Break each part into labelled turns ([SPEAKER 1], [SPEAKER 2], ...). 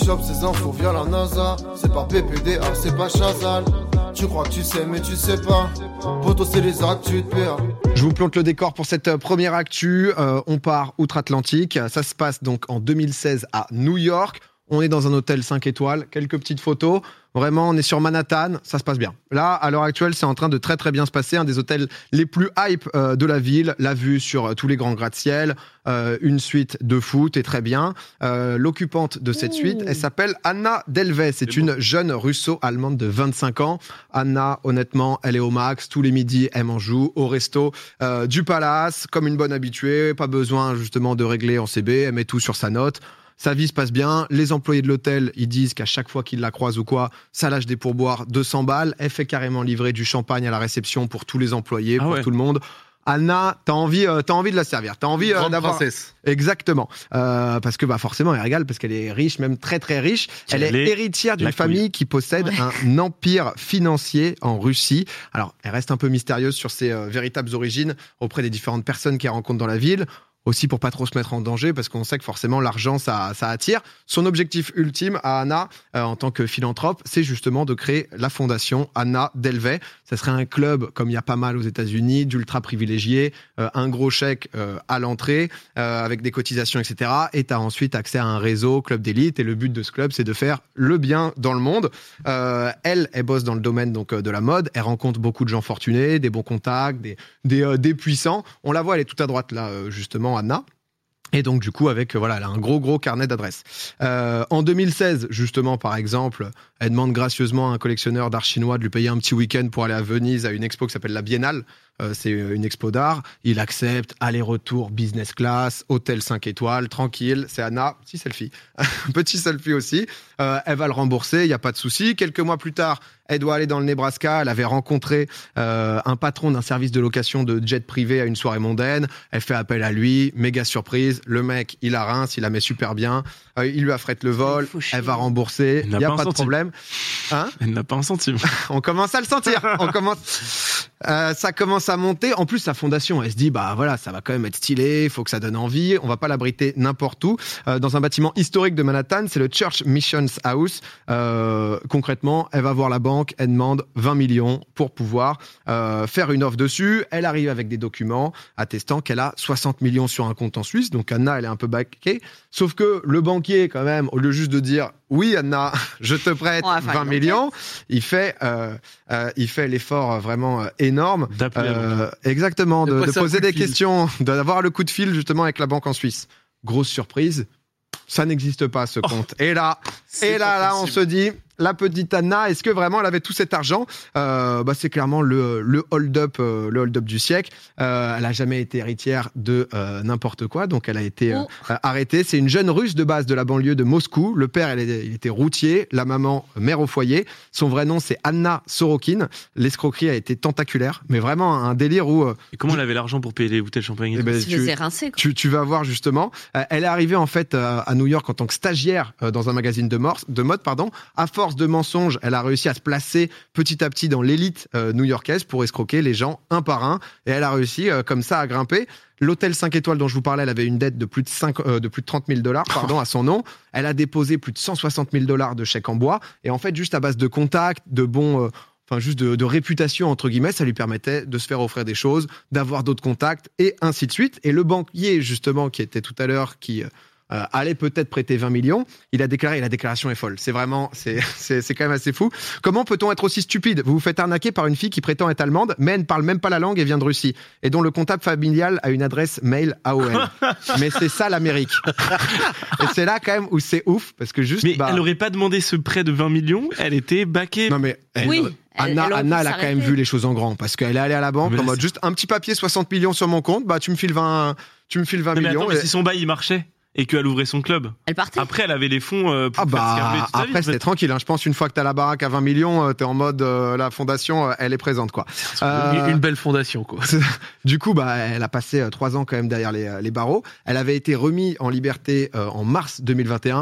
[SPEAKER 1] chope ces infos via la NASA. C'est pas PPDA, c'est pas Chazal. Tu crois que tu sais mais tu sais pas. Poto c'est les actes, tu te perds.
[SPEAKER 2] Je vous plante le décor pour cette première actu. On part outre-Atlantique. Ça se passe donc en 2016 à New York. On est dans un hôtel 5 étoiles, quelques petites photos. Vraiment, on est sur Manhattan, ça se passe bien. Là, à l'heure actuelle, c'est en train de très très bien se passer. Un des hôtels les plus hype de la ville. La vue sur tous les grands gratte-ciel. Une suite de foot est très bien. L'occupante de cette suite, elle s'appelle Anna Delvey. C'est une jeune russo-allemande de 25 ans. Anna, honnêtement, elle est au max. Tous les midis, elle m'en joue au resto du Palace, comme une bonne habituée. Pas besoin justement de régler en CB. Elle met tout sur sa note. Sa vie se passe bien. Les employés de l'hôtel, ils disent qu'à chaque fois qu'ils la croisent ou quoi, ça lâche des pourboires 200 balles. Elle fait carrément livrer du champagne à la réception pour tous les employés, tout le monde. Anna, t'as envie de la servir. T'as envie d'avoir.
[SPEAKER 3] Princesse.
[SPEAKER 2] Exactement. Parce que forcément, elle régale parce qu'elle est riche, même très très riche. Elle est héritière d'une famille qui possède un empire financier en Russie. Alors, elle reste un peu mystérieuse sur ses véritables origines auprès des différentes personnes qu'elle rencontre dans la ville. Aussi pour pas trop se mettre en danger, parce qu'on sait que forcément l'argent ça attire. Son objectif ultime à Anna, en tant que philanthrope, c'est justement de créer la fondation Anna Delvey. Ça serait un club, comme il y a pas mal aux États-Unis, d'ultra privilégiés, un gros chèque à l'entrée, avec des cotisations, etc. Et tu as ensuite accès à un réseau, club d'élite. Et le but de ce club, c'est de faire le bien dans le monde. Elle bosse dans le domaine donc de la mode. Elle rencontre beaucoup de gens fortunés, des bons contacts, des puissants. On la voit, elle est tout à droite là, justement, Anna. Et donc du coup avec elle a un gros carnet d'adresses. En 2016 justement par exemple, elle demande gracieusement à un collectionneur d'art chinois de lui payer un petit week-end pour aller à Venise à une expo qui s'appelle la Biennale. C'est une expo d'art. Il accepte, aller-retour, business class, hôtel 5 étoiles, tranquille. C'est Anna, petit selfie. Petit selfie aussi. Elle va le rembourser, il n'y a pas de souci. Quelques mois plus tard, elle doit aller dans le Nebraska. Elle avait rencontré un patron d'un service de location de jet privé à une soirée mondaine. Elle fait appel à lui, méga surprise. Le mec, il la rince, il la met super bien. Il lui affrète le vol, elle va rembourser. Il n'y a pas de problème. Hein ?
[SPEAKER 4] Elle n'a pas un centime.
[SPEAKER 2] On commence à le sentir. Ça commence à monter. En plus, sa fondation, elle se dit, ça va quand même être stylé, il faut que ça donne envie. On va pas l'abriter n'importe où. Dans un bâtiment historique de Manhattan, c'est le Church Missions House. Concrètement, elle va voir la banque, elle demande 20 millions pour pouvoir faire une offre dessus. Elle arrive avec des documents attestant qu'elle a 60 millions sur un compte en Suisse. Donc Anna, elle est un peu baquée. Sauf que le banquier, quand même, au lieu juste de dire oui, Anna, je te prête 20 millions, il fait l'effort vraiment énorme. Exactement, de poser des questions, d'avoir le coup de fil justement avec la banque en Suisse. Grosse surprise, ça n'existe pas ce compte. Et là, on se dit, la petite Anna, est-ce que vraiment elle avait tout cet argent ? C'est clairement le hold-up du siècle. Elle a jamais été héritière de n'importe quoi, donc elle a été arrêtée. C'est une jeune Russe de base de la banlieue de Moscou. Le père, il était routier, la maman, mère au foyer. Son vrai nom, c'est Anna Sorokin. L'escroquerie a été tentaculaire, mais vraiment un délire où...
[SPEAKER 4] Et comment elle avait l'argent pour payer les bouteilles de champagne ?
[SPEAKER 2] Tu vas voir justement. Elle est arrivée en fait à New York en tant que stagiaire dans un magazine de mode, à force de mensonges, elle a réussi à se placer petit à petit dans l'élite new-yorkaise pour escroquer les gens un par un. Et elle a réussi comme ça à grimper. L'hôtel 5 étoiles dont je vous parlais, elle avait une dette de plus de 30 000 $ à son nom. Elle a déposé plus de 160 000 $ de chèques en bois. Et en fait, juste à base de contacts, de bons... juste de réputation, entre guillemets, ça lui permettait de se faire offrir des choses, d'avoir d'autres contacts, et ainsi de suite. Et le banquier, justement, qui était tout à l'heure, qui allait peut-être prêter 20 millions, il a déclaré, et la déclaration est folle. C'est quand même assez fou. Comment peut-on être aussi stupide ? Vous vous faites arnaquer par une fille qui prétend être allemande, mais elle ne parle même pas la langue et vient de Russie, et dont le comptable familial a une adresse mail AOL. Mais c'est ça l'Amérique. Et c'est là quand même où c'est ouf, parce que juste...
[SPEAKER 4] Mais elle n'aurait pas demandé ce prêt de 20 millions, elle était baquée.
[SPEAKER 2] Non mais... Anna, elle a quand même vu les choses en grand, parce qu'elle est allée à la banque en mode juste un petit papier 60 millions sur mon compte, tu me files 20 millions.
[SPEAKER 4] Attends, mais si son bail il marchait et qu'elle ouvrait son club.
[SPEAKER 5] Elle partait.
[SPEAKER 4] Après, elle avait les fonds pour faire scarver toute
[SPEAKER 2] après, c'était tranquille. Je pense une fois que t'as la baraque à 20 millions, t'es en mode la fondation, elle est présente, quoi.
[SPEAKER 3] Une belle fondation, quoi.
[SPEAKER 2] Du coup, elle a passé 3 ans quand même derrière les barreaux. Elle avait été remise en liberté en mars 2021.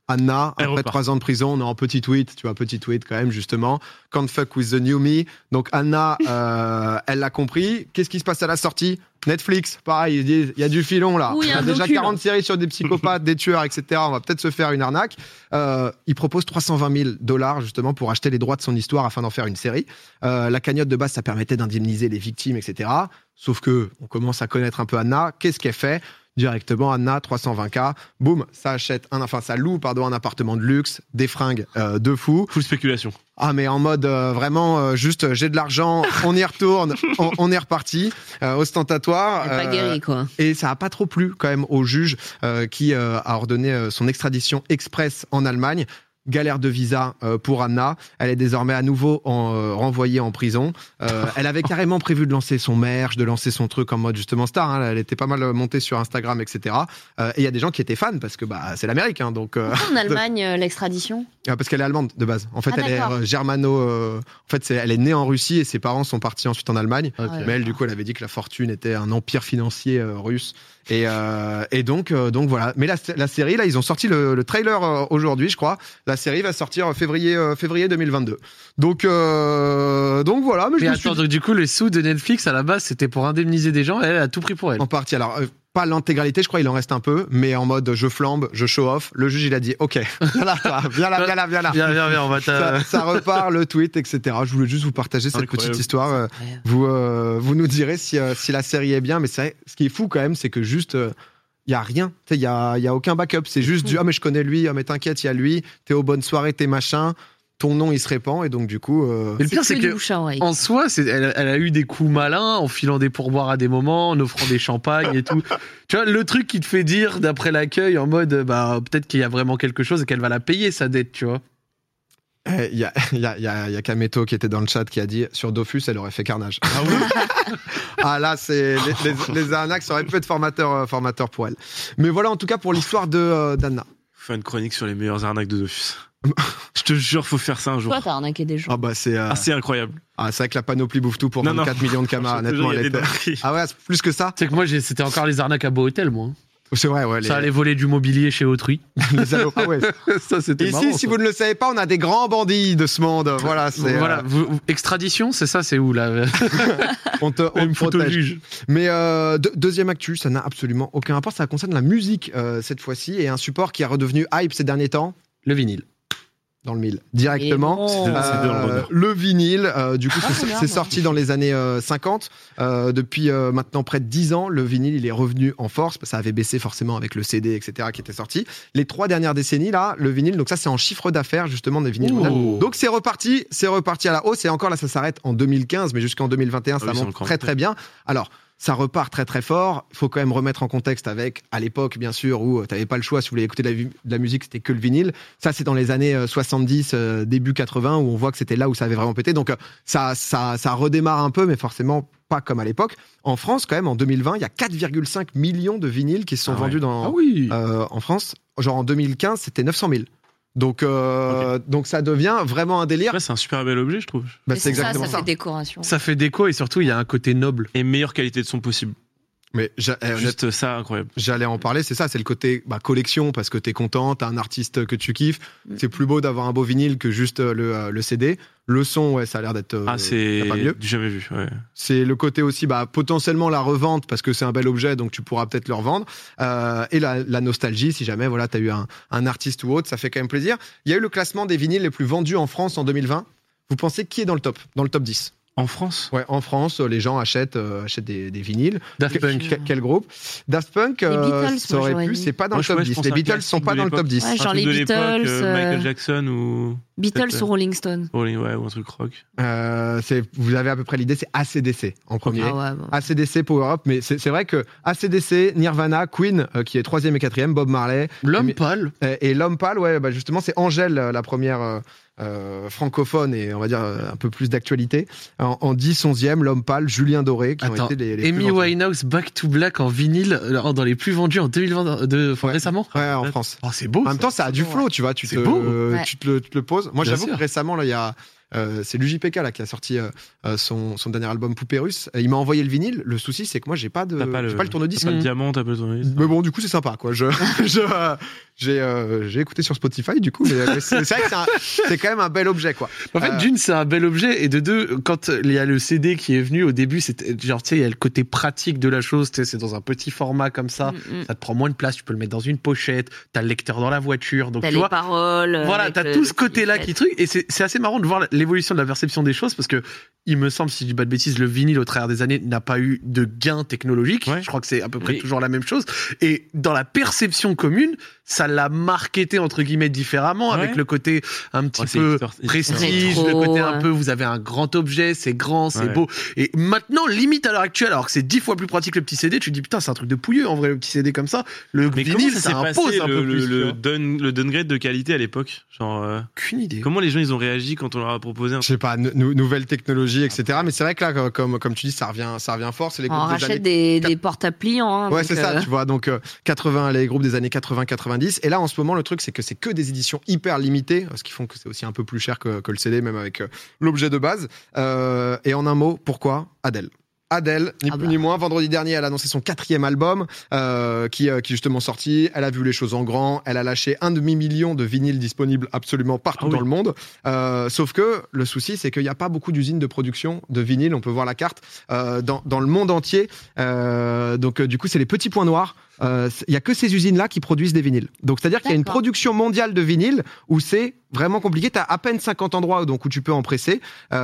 [SPEAKER 2] Anna, après 3 ans de prison, non, petit tweet quand même, justement. Can't fuck with the new me. Donc Anna, elle l'a compris. Qu'est-ce qui se passe à la sortie ? Netflix, pareil, il y a du filon là.
[SPEAKER 5] Oui,
[SPEAKER 2] il y a déjà 40 séries sur des psychopathes, des tueurs, etc. On va peut-être se faire une arnaque. Il propose $320,000 justement pour acheter les droits de son histoire afin d'en faire une série. La cagnotte de base, ça permettait d'indemniser les victimes, etc. Sauf que on commence à connaître un peu Anna. Qu'est-ce qu'elle fait ? Directement, Anna, 320K, boum, ça loue un appartement de luxe, des fringues de fou.
[SPEAKER 4] Full spéculation.
[SPEAKER 2] Ah, mais en mode vraiment juste j'ai de l'argent, on y retourne, on est reparti, ostentatoire.
[SPEAKER 5] Pas guéri, quoi.
[SPEAKER 2] Et ça a pas trop plu quand même au juge qui a ordonné son extradition express en Allemagne. Galère de visa pour Anna. Elle est désormais à nouveau renvoyée en prison. Elle avait carrément prévu de lancer son merch, de lancer son truc en mode justement star. Hein. Elle était pas mal montée sur Instagram, etc. Et il y a des gens qui étaient fans parce que c'est l'Amérique. Hein, donc,
[SPEAKER 5] en Allemagne, l'extradition
[SPEAKER 2] parce qu'elle est allemande de base. En fait, elle est germano. En fait, elle est née en Russie et ses parents sont partis ensuite en Allemagne. Okay. Mais elle, du coup, elle avait dit que la fortune était un empire financier russe. Et donc voilà. Mais la série, là, ils ont sorti le trailer aujourd'hui, je crois. La série va sortir février 2022. Donc voilà.
[SPEAKER 3] Mais attends, donc du coup, les sous de Netflix, à la base, c'était pour indemniser des gens, et elle a tout pris pour elle.
[SPEAKER 2] En partie. Alors, pas l'intégralité, je crois, il en reste un peu, mais en mode je flambe, je show off. Le juge, il a dit, OK, viens là.
[SPEAKER 3] Viens, on va
[SPEAKER 2] ça repart, le tweet, etc. Je voulais juste vous partager cette petite histoire. Vous nous direz si la série est bien, mais ce qui est fou quand même, c'est que juste... il y a rien, il y a aucun backup, c'est juste mais je connais lui, mais t'inquiète, il y a lui, t'es aux bonnes soirées, t'es machin, ton nom il se répand et donc du coup
[SPEAKER 3] Et le pire c'est que en soi elle a eu des coups malins en filant des pourboires à des moments, en offrant des champagnes et tout. Tu vois, le truc qui te fait dire d'après l'accueil en mode peut-être qu'il y a vraiment quelque chose et qu'elle va la payer sa dette, tu vois.
[SPEAKER 2] Il y a Kameto qui était dans le chat qui a dit sur Dofus elle aurait fait carnage. Ah oui. Ah là c'est les arnaques, ça aurait pu être formateur pour elle. Mais voilà en tout cas pour l'histoire d'Anna.
[SPEAKER 4] Faut faire une chronique sur les meilleures arnaques de Dofus. Je te jure, faut faire ça un jour.
[SPEAKER 5] Toi, t'as arnaqué des gens.
[SPEAKER 2] Ah c'est
[SPEAKER 4] assez incroyable.
[SPEAKER 2] Ah, c'est vrai que la panoplie bouffe tout pour 24 millions de camas, honnêtement. Ah ouais, c'est plus que ça.
[SPEAKER 3] C'est que moi, c'était encore les arnaques à Bohotel, moi.
[SPEAKER 2] C'est vrai, ouais.
[SPEAKER 3] Ça allait voler du mobilier chez autrui.
[SPEAKER 2] Les ah ouais.
[SPEAKER 3] Ça, c'était marrant.
[SPEAKER 2] Ici, si vous ne le savez pas, on a des grands bandits de ce monde. Voilà, c'est.
[SPEAKER 3] Voilà. Extradition, c'est ça, c'est où là?
[SPEAKER 2] On te protège. Mais deuxième actu, ça n'a absolument aucun rapport. Ça concerne la musique cette fois-ci et un support qui est redevenu hype ces derniers temps. Le vinyle. Dans le mille. Directement. Le vinyle, du coup, c'est sorti dans les années 50. Depuis maintenant près de 10 ans, le vinyle, il est revenu en force. Ça avait baissé forcément avec le CD, etc., qui était sorti. Les 3 dernières décennies, là, le vinyle, donc ça, c'est en chiffre d'affaires, justement, des vinyles modernes. Donc, c'est reparti à la hausse. Et encore, là, ça s'arrête en 2015, mais jusqu'en 2021, ça monte très, très bien. Alors, ça repart très très fort. Il faut quand même remettre en contexte avec, à l'époque bien sûr, où tu n'avais pas le choix, si vous voulez écouter de la musique, c'était que le vinyle. Ça, c'est dans les années 70, début 80, où on voit que c'était là où ça avait vraiment pété. Donc ça redémarre un peu, mais forcément pas comme à l'époque. En France, quand même, en 2020, il y a 4,5 millions de vinyles qui se sont vendus en France. Genre en 2015, c'était 900 000. Donc ça devient vraiment un délire.
[SPEAKER 4] Ouais, c'est un super bel objet, je trouve.
[SPEAKER 2] C'est exactement ça.
[SPEAKER 5] Ça fait décoration.
[SPEAKER 3] Ça fait déco et surtout il y a un côté noble
[SPEAKER 4] et meilleure qualité de son possible.
[SPEAKER 2] Mais
[SPEAKER 4] juste ça, incroyable.
[SPEAKER 2] J'allais en parler, c'est ça, c'est le côté collection parce que t'es content, t'as un artiste que tu kiffes. C'est plus beau d'avoir un beau vinyle que juste le CD. Le son, ouais, ça a l'air d'être
[SPEAKER 4] c'est
[SPEAKER 2] pas mieux.
[SPEAKER 4] Jamais vu. Ouais.
[SPEAKER 2] C'est le côté aussi, potentiellement la revente parce que c'est un bel objet, donc tu pourras peut-être le revendre. Et la nostalgie, si jamais voilà, t'as eu un artiste ou autre, ça fait quand même plaisir. Il y a eu le classement des vinyles les plus vendus en France en 2020. Vous pensez qui est dans le top 10?
[SPEAKER 4] En France ?
[SPEAKER 2] Ouais, en France, les gens achètent des vinyles.
[SPEAKER 3] Daft Punk.
[SPEAKER 2] Quel groupe ? Daft Punk, ça aurait pu, c'est pas dans le top 10. Les Beatles sont pas dans le top 10.
[SPEAKER 5] Ouais, genre les Beatles.
[SPEAKER 4] Michael Jackson ou.
[SPEAKER 5] Beatles ou Rolling Stone.
[SPEAKER 4] Ouais, ou un truc rock.
[SPEAKER 2] Vous avez à peu près l'idée, c'est AC/DC en premier.
[SPEAKER 5] Ah ouais,
[SPEAKER 2] AC/DC, Power Up, mais c'est vrai que AC/DC, Nirvana, Queen, qui est 3e et 4e, Bob Marley.
[SPEAKER 3] L'Homme Pâle.
[SPEAKER 2] Et L'Homme Pâle, ouais, justement, c'est Angèle, la première. Francophone et on va dire un peu plus d'actualité. En 10, 11e, L'Homme Pâle, Julien Doré, qui ont été les
[SPEAKER 3] Amy Winehouse, Back to Black en vinyle, dans les plus vendus en 2022, récemment.
[SPEAKER 2] Ouais, en France.
[SPEAKER 3] Oh, c'est beau.
[SPEAKER 2] En même temps, ça a du flow, tu vois. Tu te le poses. Moi, j'avoue que récemment, là, il y a c'est l'UJPK là qui a sorti son dernier album Poupée Russe. Il m'a envoyé le vinyle. Le souci, c'est que moi, j'ai pas le tourne-disque.
[SPEAKER 4] T'as pas le diamant, t'as pas le tourne-disque.
[SPEAKER 2] Mais bon, du coup, c'est sympa, quoi. J'ai écouté sur Spotify, du coup, mais c'est vrai que c'est quand même un bel objet, quoi.
[SPEAKER 3] En fait, d'une, c'est un bel objet, et de deux, quand il y a le CD qui est venu, au début, c'était genre, tu sais, il y a le côté pratique de la chose, tu sais, c'est dans un petit format comme ça, ça te prend moins de place, tu peux le mettre dans une pochette, t'as le lecteur dans la voiture, donc
[SPEAKER 5] t'as
[SPEAKER 3] tu
[SPEAKER 5] les
[SPEAKER 3] vois.
[SPEAKER 5] paroles.
[SPEAKER 3] Voilà, t'as tout ce côté-là qui truc, et c'est assez marrant de voir l'évolution de la perception des choses, parce que, il me semble, si je dis pas de bêtises, le vinyle au travers des années n'a pas eu de gain technologique. Ouais. Je crois que c'est à peu près toujours la même chose. Et dans la perception commune, ça l'a marketé entre guillemets différemment, avec le côté un petit peu prestige, le côté un peu, vous avez un grand objet, c'est grand, c'est beau. Et maintenant, limite à l'heure actuelle, alors que c'est 10 fois plus pratique le petit CD, tu te dis putain, c'est un truc de pouilleux en vrai, le petit CD comme ça. Le vinyle, ça impose un peu plus.
[SPEAKER 4] Le downgrade de qualité à l'époque, genre.
[SPEAKER 3] Aucune idée.
[SPEAKER 4] Comment les gens ils ont réagi quand on leur a proposé
[SPEAKER 2] Je sais pas, nouvelle technologie, etc. Mais c'est vrai que là, comme tu dis, ça revient fort. C'est les groupes
[SPEAKER 5] on rachète des portables pliants.
[SPEAKER 2] Ouais, c'est ça, tu vois. Donc 80, les groupes des années 80-90. Et là, en ce moment, le truc, c'est que c'est que des éditions hyper limitées, ce qui font que c'est aussi un peu plus cher que le CD, même avec l'objet de base. Et en un mot, pourquoi Adele? Adele, ni plus ni moins. Vendredi dernier, elle a annoncé son 4e album qui est justement sorti. Elle a vu les choses en grand. Elle a lâché 1,5 million de vinyles disponibles absolument partout dans le monde. Sauf que le souci, c'est qu'il n'y a pas beaucoup d'usines de production de vinyles. On peut voir la carte dans le monde entier. Donc du coup, c'est les petits points noirs. Il y a que ces usines-là qui produisent des vinyles. Donc c'est-à-dire qu'il y a une production mondiale de vinyles où c'est vraiment compliqué. T'as à peine 50 endroits donc où tu peux en presser.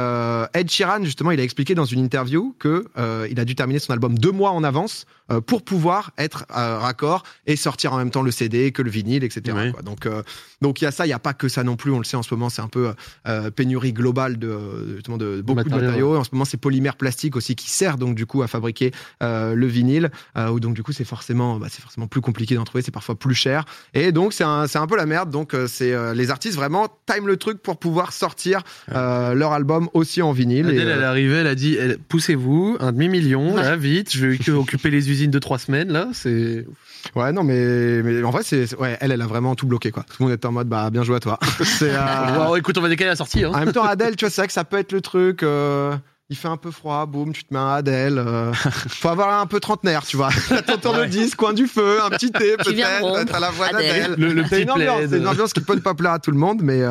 [SPEAKER 2] Ed Sheeran, justement, il a expliqué dans une interview que il a dû terminer son album 2 mois en avance pour pouvoir être raccord et sortir en même temps le CD que le vinyle, etc.
[SPEAKER 4] Ouais.
[SPEAKER 2] Quoi. Donc il y a ça, il y a pas que ça non plus. On le sait en ce moment, c'est un peu pénurie globale de beaucoup de matériaux. En ce moment, c'est polymère plastique aussi qui sert donc du coup à fabriquer le vinyle. Où donc du coup, c'est forcément plus compliqué d'en trouver, c'est parfois plus cher. Et donc c'est un peu la merde. Donc c'est les artistes vraiment time le truc pour pouvoir sortir leur album aussi en vinyle.
[SPEAKER 3] Adèle, elle est arrivée, elle a dit poussez-vous, 1,5 million, là vite, je vais occuper les usines de 3 semaines là, c'est.
[SPEAKER 2] Ouais, non, mais en vrai, elle a vraiment tout bloqué, quoi. Tout le monde est en mode, bien joué à toi.
[SPEAKER 3] Wow, écoute, on va décaler la sortie, hein.
[SPEAKER 2] En même temps, Adèle, tu vois, c'est vrai que ça peut être le truc, il fait un peu froid, boum, tu te mets un Adèle. Faut avoir un peu trentenaire, tu vois. T'as ton disque, coin du feu, un petit thé, peut-être, t'as la voix d'Adèle. C'est une ambiance qui peut ne pas plaire à tout le monde, mais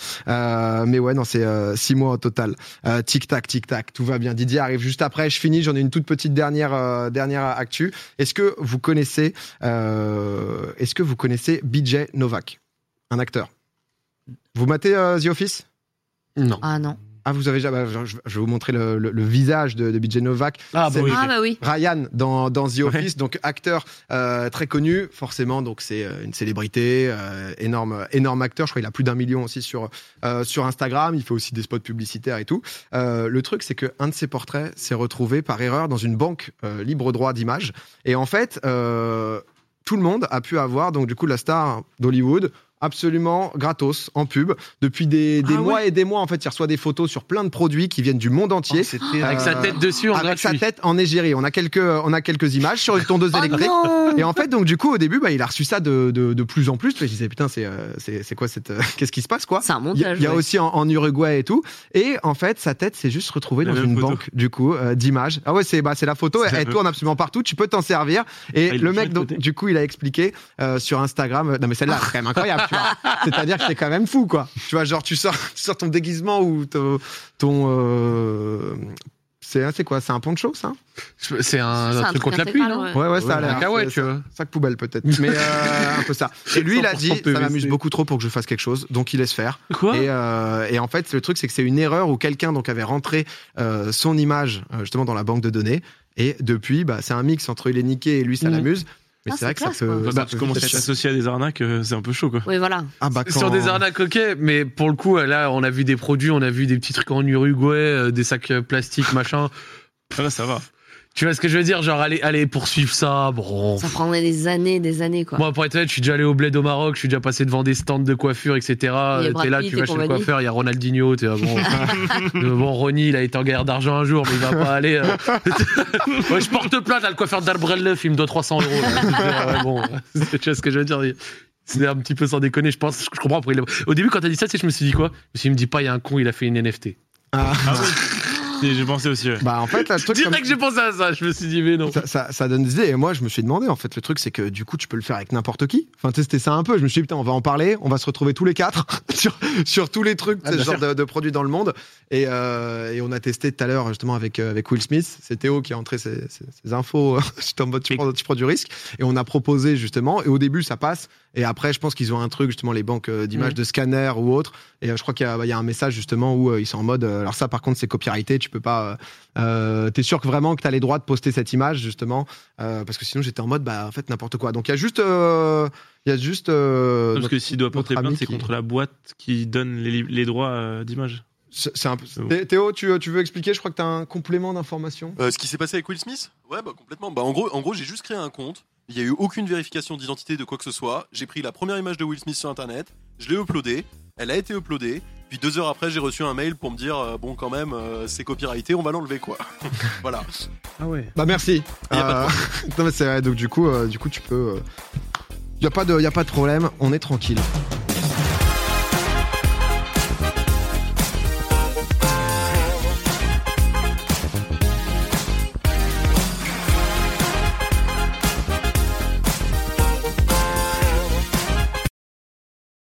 [SPEAKER 2] ouais, non, c'est 6 mois au total. Tic-tac, tic-tac, tout va bien. Didier arrive juste après, je finis, j'en ai une toute petite dernière actu. Est-ce que vous connaissez BJ Novak, un acteur? Vous matez The Office?
[SPEAKER 3] Non.
[SPEAKER 5] Ah non.
[SPEAKER 2] Ah, vous avez déjà. Je vais vous montrer le visage de BJ Novak.
[SPEAKER 5] Oui.
[SPEAKER 2] Ryan dans The Office, donc acteur très connu, forcément. Donc c'est une célébrité, énorme acteur. Je crois qu'il a plus d'1 million aussi sur Instagram. Il fait aussi des spots publicitaires et tout. Le truc, c'est que un de ses portraits s'est retrouvé par erreur dans une banque libre droit d'images. Et en fait, tout le monde a pu avoir donc du coup la star d'Hollywood. Absolument gratos en pub depuis des mois et des mois. En fait, il reçoit des photos sur plein de produits qui viennent du monde entier.
[SPEAKER 3] Avec sa tête dessus,
[SPEAKER 2] avec sa tête en égérie. On a quelques images sur une tondeuse électrique. Et en fait, donc du coup, au début, il a reçu ça de plus en plus. Je disais putain, c'est quoi qu'est-ce qui se passe quoi?
[SPEAKER 5] C'est un montage.
[SPEAKER 2] Il y a aussi en Uruguay et tout. Et en fait, sa tête s'est juste retrouvée dans une banque du coup d'images. Ah ouais, c'est la photo. Elle tourne absolument partout. Tu peux t'en servir. Et le mec, donc du coup, il a expliqué sur Instagram. Non mais celle-là, c'est quand même incroyable. Tu vois. C'est-à-dire que c'est quand même fou, quoi. Tu vois, genre, tu sors ton déguisement ou c'est quoi? C'est un poncho, ça?
[SPEAKER 3] C'est un truc contre la pluie, non?
[SPEAKER 2] Ouais, ça a l'air.
[SPEAKER 3] Ah ouais, tu vois.
[SPEAKER 2] Sac poubelle, peut-être. Mais un peu ça. Et lui, il a dit, ça m'amuse beaucoup trop pour que je fasse quelque chose, donc il laisse faire.
[SPEAKER 4] Quoi?
[SPEAKER 2] Et en fait, le truc, c'est que c'est une erreur où quelqu'un donc avait rentré son image justement dans la banque de données. Et depuis, c'est un mix entre il est niqué et lui, ça l'amuse. Mais c'est vrai que ça peut.
[SPEAKER 4] Tu commences à t'associer à des arnaques, c'est un peu chaud, quoi.
[SPEAKER 5] Oui, voilà.
[SPEAKER 3] Sur des arnaques, ok, mais pour le coup, là, on a vu des produits, on a vu des petits trucs en Uruguay, des sacs plastiques, machin.
[SPEAKER 4] Là, ça va.
[SPEAKER 3] Tu vois ce que je veux dire? Genre, allez, poursuivre ça, bon.
[SPEAKER 5] Ça prendrait des années, quoi.
[SPEAKER 3] Moi, pour être honnête, je suis déjà allé au Bled au Maroc, je suis déjà passé devant des stands de coiffure, etc. T'es là, tu vas chez le coiffeur, il y a Ronaldinho, t'es là, bon, Ronny, il a été en guerre d'argent un jour, mais il va pas aller. Ouais, je porte plainte, là, le coiffeur d'Albrel Leuf, il me doit 300 €. Bon, tu vois ce que je veux dire? C'est un petit peu sans déconner, je pense. Je comprends. Au début, quand t'as dit ça, je me suis dit quoi? Je me dis pas, il y a un con, il a fait une NFT.
[SPEAKER 4] Ah oui. J'ai pensé aussi. Ouais.
[SPEAKER 2] Bah en fait, le truc
[SPEAKER 3] direct j'ai pensé à ça. Je me suis dit mais non.
[SPEAKER 2] Ça donne des idées. Et moi, je me suis demandé en fait, le truc c'est que du coup, tu peux le faire avec n'importe qui. Enfin, c'était ça un peu. Je me suis dit putain, on va en parler. On va se retrouver tous les quatre sur tous les trucs, ce genre de produits dans le monde. Et on a testé tout à l'heure justement avec Will Smith. C'est Théo qui a entré ses infos. J'étais en mode tu prends du risque. Et on a proposé justement. Et au début, ça passe. Et après, je pense qu'ils ont un truc justement les banques d'images de scanner ou autre. Et je crois qu'il y a un message justement où ils sont en mode. Alors ça, par contre, c'est copyrighté. Tu peux pas. T'es sûr que vraiment que t'as les droits de poster cette image justement parce que sinon j'étais en mode en fait n'importe quoi. Donc il y a juste
[SPEAKER 4] parce que s'il doit porter plainte, c'est contre la boîte qui donne les droits d'image.
[SPEAKER 2] C'est un peu... Théo, tu veux expliquer? Je crois que tu as un complément d'information.
[SPEAKER 6] Ce qui s'est passé avec Will Smith? Ouais, complètement. En gros, j'ai juste créé un compte. Il n'y a eu aucune vérification d'identité de quoi que ce soit. J'ai pris la première image de Will Smith sur Internet. Je l'ai uploadée. Elle a été uploadée. Puis 2 heures après, j'ai reçu un mail pour me dire bon, quand même, c'est copyrighté, on va l'enlever, quoi. Voilà.
[SPEAKER 3] Ah ouais.
[SPEAKER 2] Bah merci.
[SPEAKER 6] Non,
[SPEAKER 2] mais c'est vrai. Donc du coup, tu peux. Y a pas de problème. On est tranquille.